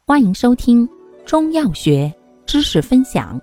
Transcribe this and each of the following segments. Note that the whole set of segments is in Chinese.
欢迎收听中药学知识分享。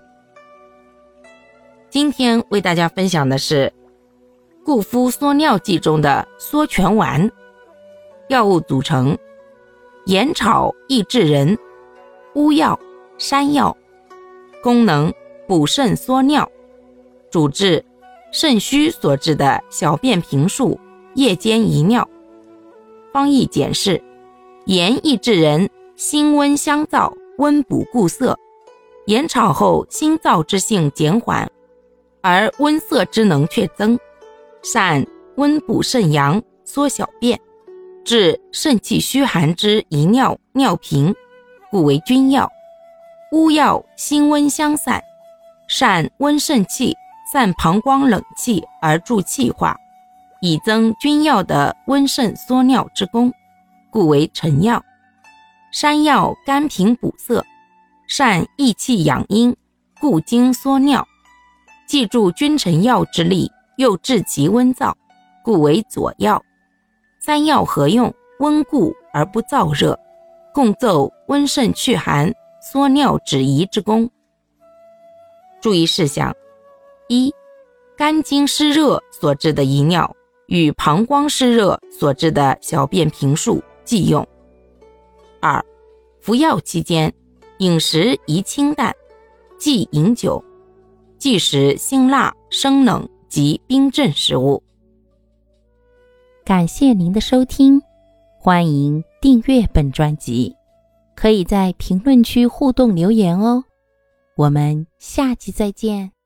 今天为大家分享的是固肤缩尿剂中的缩全丸。药物组成：盐草、益智仁、乌药、山药。功能：补肾缩尿。主治：肾虚所致的小便频数、夜间遗尿。方义简释：盐、益智仁辛温香燥，温补固涩，盐炒后辛燥之性减缓，而温涩之能却增，善温补肾阳，缩小便，治肾气虚寒之遗尿、尿频，故为君药。乌药辛温香散，善温肾气，散膀胱冷气而助气化，以增君药的温肾缩尿之功，故为臣药。山药甘平补涩，善益气养阴，固精缩尿，既助君臣药之力，又治其温燥，故为佐药。三药合用，温固而不燥热，共奏温肾祛寒、缩尿止遗之功。注意事项：一、肝经湿热所致的遗尿与膀胱湿热所致的小便频数忌用。二、服药期间饮食宜清淡，忌饮酒，忌食辛辣、生冷及冰镇食物。 感谢您的收听，欢迎订阅本专辑，可以在评论区互动留言哦。我们下期再见。